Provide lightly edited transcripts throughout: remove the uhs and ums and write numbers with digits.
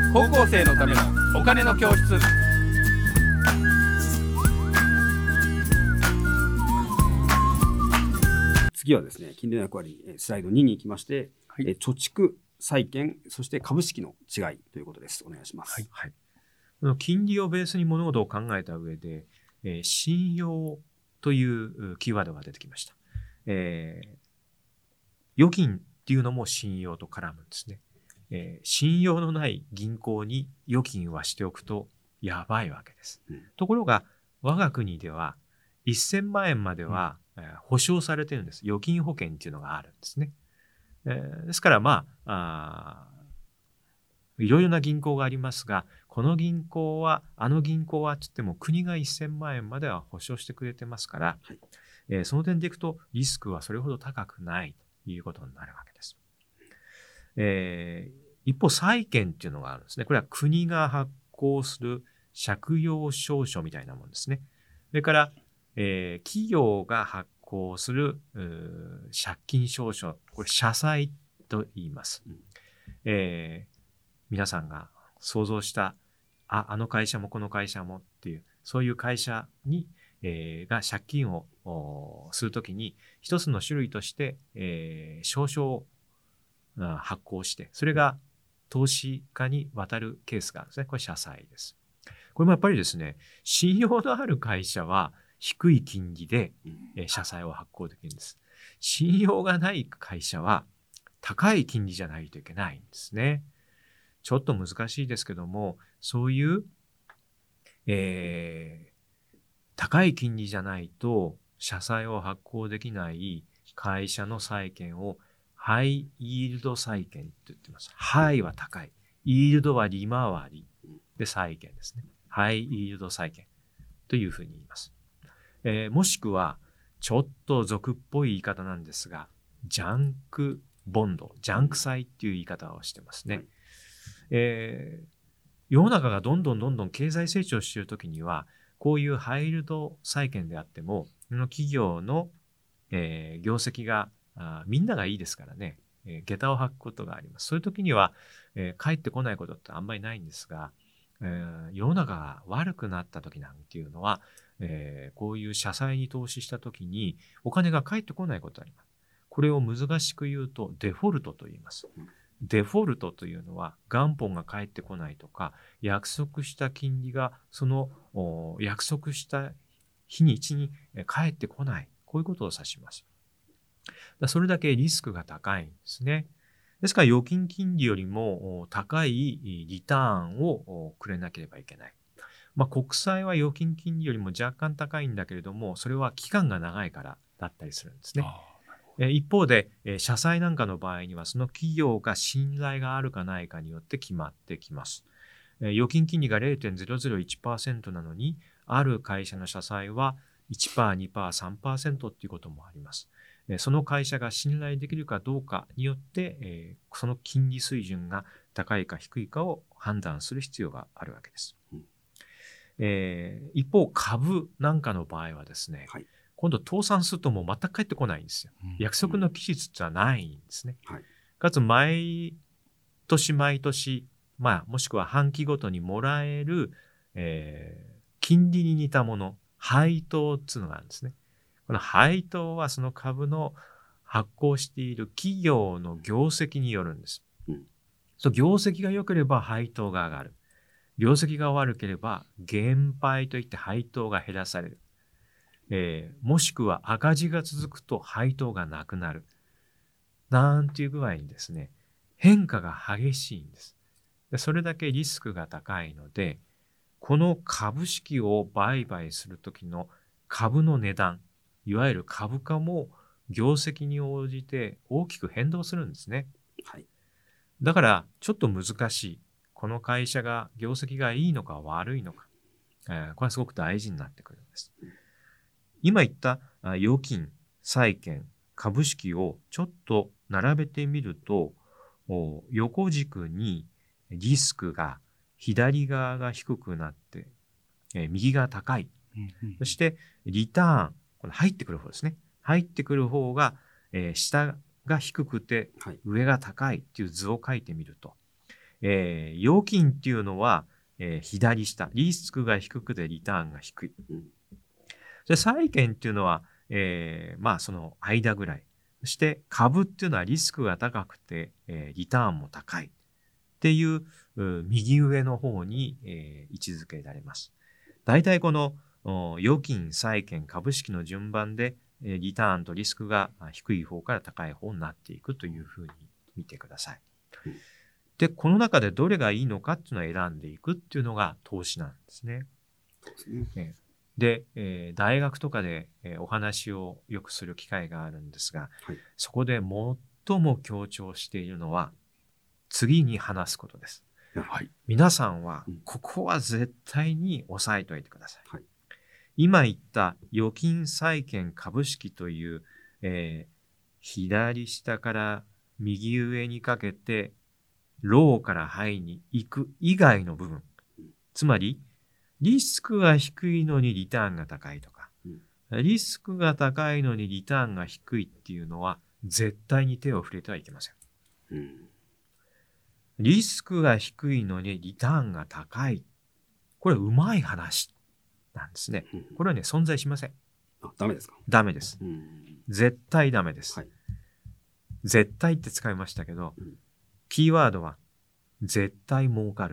高校生のためのお金の教室。次はですね、金利の役割、スライド2に行きまして、はい、貯蓄、債券、そして株式の違いということです。お願いします。 はいはい、この金利をベースに物事を考えた上で、信用というキーワードが出てきました。預金っていうのも信用と絡むんですね。信用のない銀行に預金はしておくとやばいわけです。ところが我が国では1000万円までは、保証されているんです。預金保険っていうのがあるんですね。ですからいろいろな銀行がありますが、この銀行はあの銀行はって言っても国が1000万円までは保証してくれてますから、はい、その点でいくとリスクはそれほど高くないということになるわけです。一方債券っていうのがあるんですね。これは国が発行する借用証書みたいなものですね。それから、企業が発行する借金証書、これ社債と言います。皆さんが想像したあの会社もこの会社もっていうそういう会社に、が借金をするときに一つの種類として、証書を発行してそれが投資家に渡るケースがあるんですね。これ社債です。これもやっぱりですね、信用のある会社は低い金利で、社債を発行できるんです。信用がない会社は高い金利じゃないといけないんですね。ちょっと難しいですけども、そういう、高い金利じゃないと社債を発行できない会社の債券をハイイールド債券と言ってます。ハイは高い。イールドは利回りで債券ですね。ハイイールド債券というふうに言います。もしくは、ちょっと俗っぽい言い方なんですが、ジャンクボンド、ジャンク債っていう言い方をしてますね。世の中がどんどん経済成長しているときには、こういうハイイールド債券であっても、企業の、業績がみんながいいですからね、下駄を履くことがあります。そういうときには、返ってこないことってあんまりないんですが、世の中が悪くなったときなんていうのは、こういう社債に投資したときにお金が返ってこないことがあります。これを難しく言うとデフォルトと言います。デフォルトというのは元本が返ってこないとか、約束した金利がその約束した日にちに返ってこない。こういうことを指します。それだけリスクが高いんですね。ですから預金金利よりも高いリターンをくれなければいけない。国債は預金金利よりも若干高いんだけれども、それは期間が長いからだったりするんですね。一方で、社債なんかの場合にはその企業が信頼があるかないかによって決まってきます。預金金利が 0.001% なのに、ある会社の社債は 1%、2%、3% っていうこともあります。その会社が信頼できるかどうかによって、その金利水準が高いか低いかを判断する必要があるわけです。一方株なんかの場合はですね、はい、今度倒産するともう全く返ってこないんですよ。約束の期日ってはないんですね。はい、かつ毎年もしくは半期ごとにもらえる、金利に似たもの、配当っていうのがあるんですね。この配当はその株の発行している企業の業績によるんです。そう、業績が良ければ配当が上がる。業績が悪ければ減配といって配当が減らされる。もしくは赤字が続くと配当がなくなる。なんていう具合にですね、変化が激しいんです。それだけリスクが高いので、この株式を売買するときの株の値段、いわゆる株価も業績に応じて大きく変動するんですね。はい、だからちょっと難しい。この会社が業績がいいのか悪いのか、これはすごく大事になってくるんです。今言った預金、債券、株式をちょっと並べてみると、横軸にリスクが左側が低くなって、右が高い。そしてリターン、これ入ってくる方ですね。入ってくる方が、下が低くて上が高いっていう図を書いてみると、 預金っていうのは、左下、リスクが低くてリターンが低い。で、債券っていうのは、その間ぐらい。そして株っていうのはリスクが高くて、リターンも高いっていう右上の方に、位置づけられます。大体この預金、債券、株式の順番でリターンとリスクが低い方から高い方になっていくというふうに見てください。で、この中でどれがいいのかっていうのを選んでいくっていうのが投資なんですね。で、大学とかで、お話をよくする機会があるんですが、そこで最も強調しているのは次に話すことです。皆さんはここは絶対に押さえておいてください。今言った預金、債券、株式という、左下から右上にかけてローからハイに行く以外の部分、つまりリスクが低いのにリターンが高いとか、リスクが高いのにリターンが低いっていうのは絶対に手を触れてはいけません。リスクが低いのにリターンが高い。これはうまい話なんですね。これはね、存在しません。 ダメですか？ ダメです。絶対ダメです。絶対って使いましたけど、キーワードは絶対儲かる。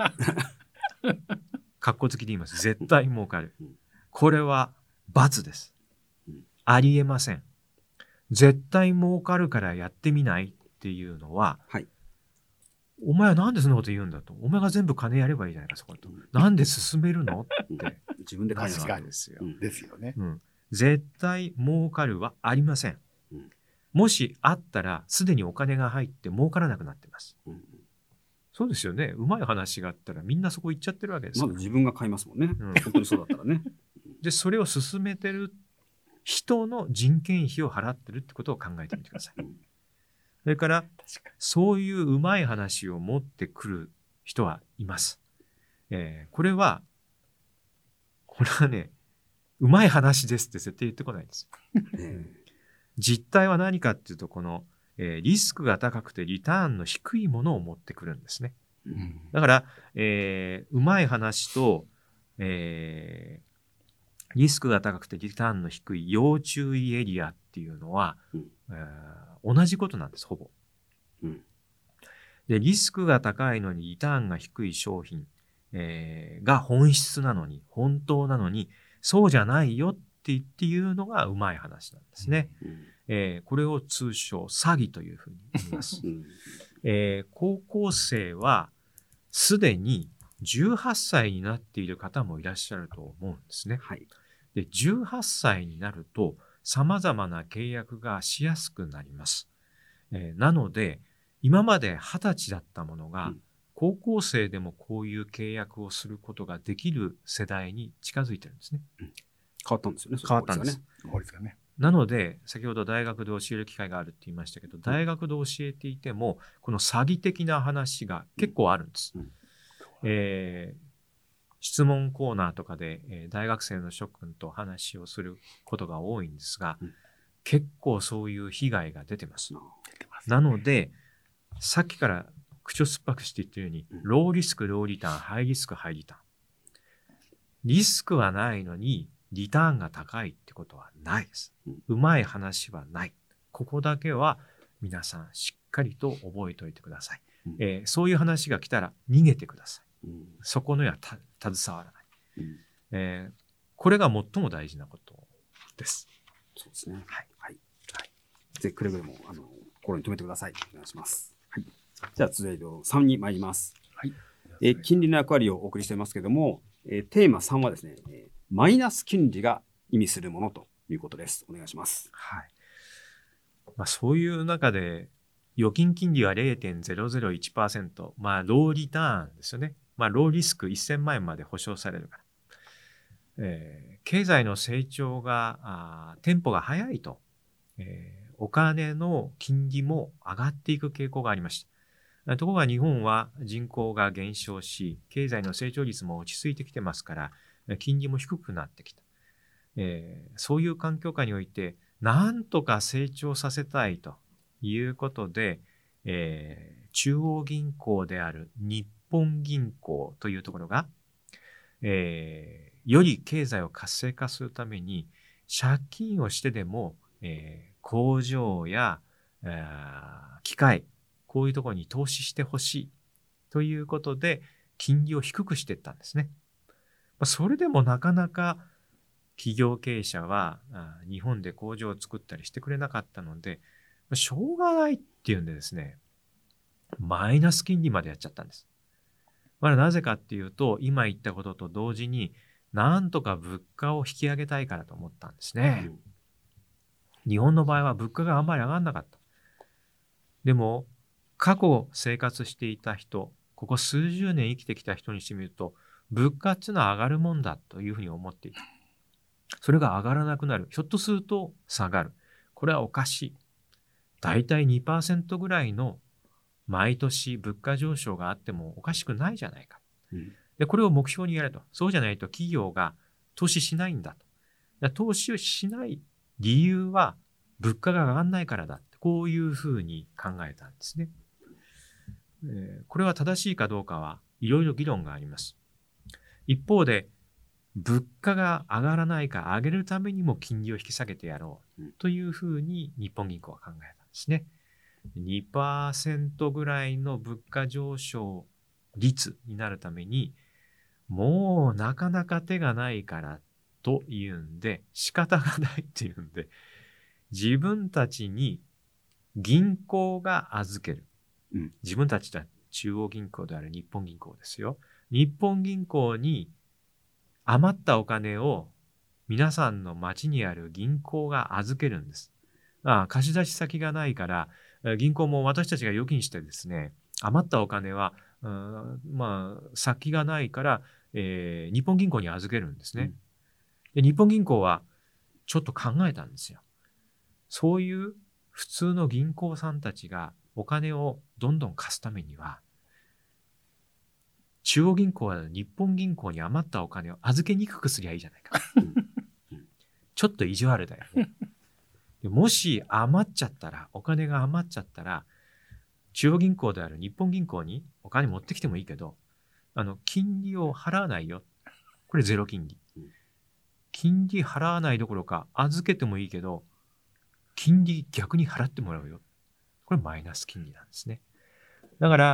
かっこつきで言います。絶対儲かる。これは×です。ありえません。絶対儲かるからやってみないっていうのは、お前はなんでそんなこと言うんだと。お前が全部金やればいいじゃないか、そこと。なんで進めるのって自分で考えるわけですよ。 ですよね。 絶対儲かるはありません。もしあったら、すでにお金が入って儲からなくなってます。そうですよね。うまい話があったらみんなそこ行っちゃってるわけですよ。 まず自分が買いますもんね。本当にそうだったらね。 で、それを進めてる人の人件費を払ってるってことを考えてみてください。それから、そういううまい話を持ってくる人はいます。これはね、うまい話ですって絶対言ってこないんです。実態は何かっていうと、この、リスクが高くてリターンの低いものを持ってくるんですね。だから、うまい話と、リスクが高くてリターンの低い要注意エリアっていうのは、同じことなんです、ほぼ。で、リスクが高いのにリターンが低い商品、が本質なのに、本当なのに、そうじゃないよって言うのがうまい話なんですね。これを通称詐欺というふうに言います。高校生はすでに18歳になっている方もいらっしゃると思うんですね。で、18歳になると様々な契約がしやすくなります。なので、今まで20歳だったものが、高校生でもこういう契約をすることができる世代に近づいてるんですね。 変わったんですよね。 変わったんです。 法律がね。 なので、先ほど大学で教える機会があるって言いましたけど、大学で教えていても、この詐欺的な話が結構あるんです。質問コーナーとかで、大学生の諸君と話をすることが多いんですが、結構そういう被害が出てます。なので、さっきから口を酸っぱくして言ってるように、ローリスク、ローリターン、ハイリスク、ハイリターン。リスクはないのに、リターンが高いってことはないです。うまい話はない。ここだけは皆さんしっかりと覚えておいてください。そういう話が来たら逃げてください。そこのは携わらない。これが最も大事なことです。 そうですね。ぜひくれぐれも心に留めてください。お願いします。じゃあ続いて3に参ります。金利の役割をお送りしていますけれども、テーマ3はですね、マイナス金利が意味するものということです。お願いします。 そういう中で、預金金利は 0.001%、ローリターンですよね。ローリスク1000万円まで保証されるから。経済の成長が、テンポが速いと、お金の金利も上がっていく傾向がありました。ところが日本は人口が減少し、経済の成長率も落ち着いてきてますから、金利も低くなってきた。そういう環境下において、なんとか成長させたいということで、 中央銀行である日本銀行というところが、より経済を活性化するために借金をしてでも、工場や、機械、こういうところに投資してほしいということで金利を低くしていったんですね。それでもなかなか企業経営者は日本で工場を作ったりしてくれなかったので、しょうがないっていうんでですね、マイナス金利までやっちゃったんです。なぜかっていうと、今言ったことと同時に、なんとか物価を引き上げたいからと思ったんですね。日本の場合は物価があんまり上がんなかった。でも、過去生活していた人、ここ数十年生きてきた人にしてみると、物価っていうのは上がるもんだというふうに思っていた。それが上がらなくなる。ひょっとすると下がる。これはおかしい。だいたい 2% ぐらいの毎年物価上昇があってもおかしくないじゃないか。で、これを目標にやると。そうじゃないと企業が投資しないんだと。投資をしない理由は物価が上がらないからだ。こういうふうに考えたんですね。これは正しいかどうかはいろいろ議論があります。一方で、物価が上がらないか上げるためにも金利を引き下げてやろうというふうに日本銀行は考えたんですね。2% ぐらいの物価上昇率になるために、もうなかなか手がないからというんで、仕方がないっていうんで、自分たちに銀行が預ける。自分たちは中央銀行である日本銀行ですよ。日本銀行に余ったお金を皆さんの町にある銀行が預けるんです。貸し出し先がないから、銀行も私たちが預金してですね、余ったお金は、先がないから、日本銀行に預けるんですね。で、日本銀行はちょっと考えたんですよ。そういう普通の銀行さんたちがお金をどんどん貸すためには、中央銀行は日本銀行に余ったお金を預けにくくすりゃいいじゃないか。ちょっと意地悪だよね。でもし余っちゃったら、お金が余っちゃったら、中央銀行である日本銀行にお金持ってきてもいいけど、金利を払わないよ。これゼロ金利。金利払わないどころか、預けてもいいけど、金利逆に払ってもらうよ。これマイナス金利なんですね。だから、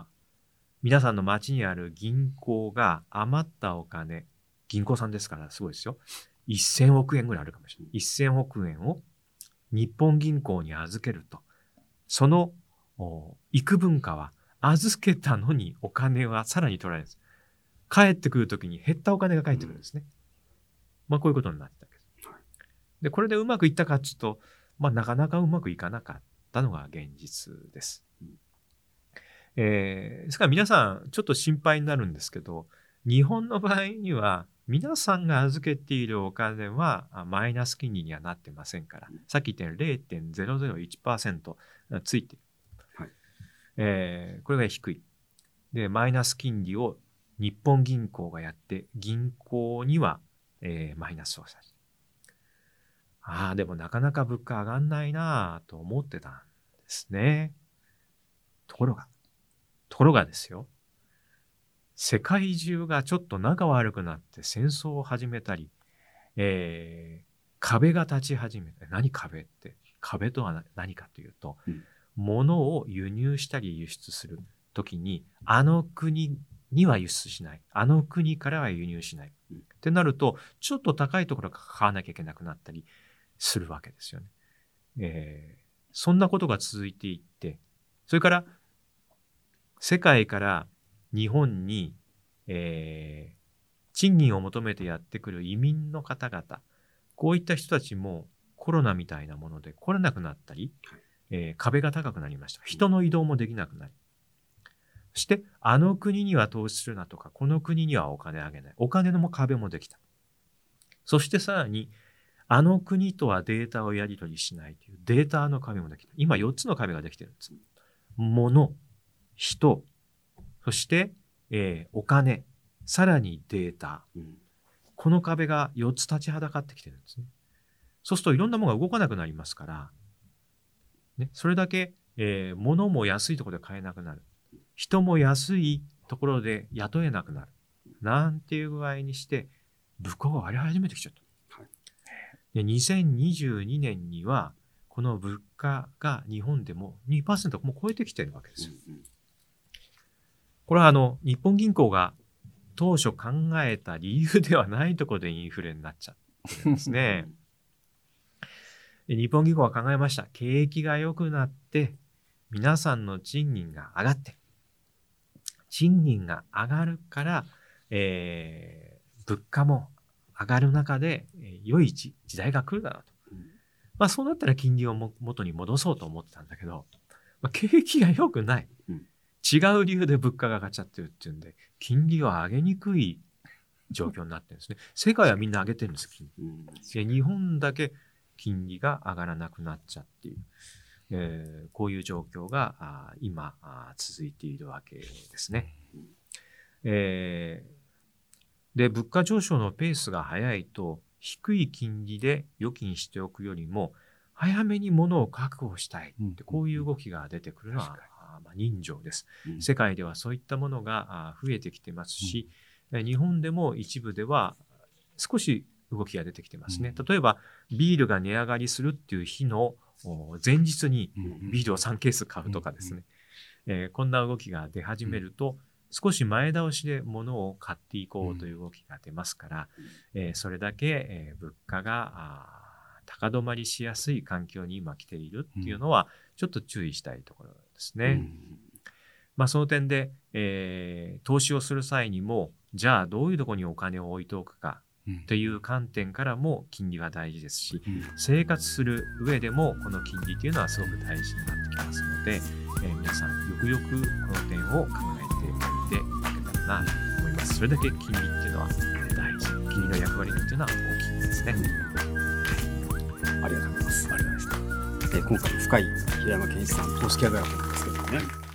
皆さんの町にある銀行が余ったお金、銀行さんですからすごいですよ。1000億円ぐらいあるかもしれない。1000億円を日本銀行に預けると。その幾分かは預けたのにお金はさらに取られるんです。帰ってくるときに減ったお金が返ってくるんですね。こういうことになってたわけです。で、これでうまくいったかっていうと、なかなかうまくいかなかったのが現実です。ですから皆さんちょっと心配になるんですけど、日本の場合には皆さんが預けているお金はマイナス金利にはなってませんから、さっき言ったように 0.001% ついている。これが低い。で、マイナス金利を日本銀行がやって、銀行には、マイナスをさせる。でもなかなか物価上がんないなと思ってたんですね。ところがですよ、世界中がちょっと仲悪くなって戦争を始めたり、壁が立ち始めた。何壁って。壁とは何かというと、物を輸入したり輸出するときに、あの国には輸出しない。あの国からは輸入しない。ってなると、ちょっと高いところから買わなきゃいけなくなったりするわけですよね。そんなことが続いていって、それから世界から日本に、賃金を求めてやってくる移民の方々、こういった人たちもコロナみたいなもので来れなくなったり、壁が高くなりました。人の移動もできなくなり、そしてあの国には投資するなとか、この国にはお金あげない。お金の壁もできた。そしてさらに、あの国とはデータをやり取りしないというデータの壁もできた。今4つの壁ができてるんです。物、人、そして、お金、さらにデータ。この壁が4つ立ちはだかってきてるんですね。そうするといろんなものが動かなくなりますから、ね、それだけ物も安いところで買えなくなる。人も安いところで雇えなくなる。なんていう具合にして、物価が上がり始めてきちゃった。はい、で2022年には、この物価が日本でも 2% もう超えてきてるわけですよ。これは日本銀行が当初考えた理由ではないところでインフレになっちゃってるんですね。日本銀行は考えました。景気が良くなって、皆さんの賃金が上がって、賃金が上がるから、物価も上がる中で、良い時代が来るだろうと。そうなったら金利を元に戻そうと思ってたんだけど、景気が良くない。違う理由で物価が上がっちゃってるっていうんで、金利を上げにくい状況になってるんですね。世界はみんな上げてるんです、金利。日本だけ金利が上がらなくなっちゃっている。こういう状況が今続いているわけですね。で、物価上昇のペースが速いと、低い金利で預金しておくよりも、早めに物を確保したいって、こういう動きが出てくるのは人情です。世界ではそういったものが増えてきてますし、日本でも一部では少し動きが出てきてますね。例えば、ビールが値上がりするっていう日の前日にビールを3ケース買うとかですね。こんな動きが出始めると、少し前倒しで物を買っていこうという動きが出ますから、それだけ物価が高止まりしやすい環境に今来ているっていうのは、ちょっと注意したいところですね。その点で、投資をする際にも、じゃあどういうところにお金を置いておくかという観点からも金利は大事ですし、生活する上でもこの金利というのはすごく大事になってきますので、皆さんよくよくこの点を考えておいていただけたらなと思います。それだけ金利っていうのは大事。金利の役割っていうのは大きいですね。 ありがとうございます。ありがとうございました。今回深い平山健一さん投資家学なんですけどもね。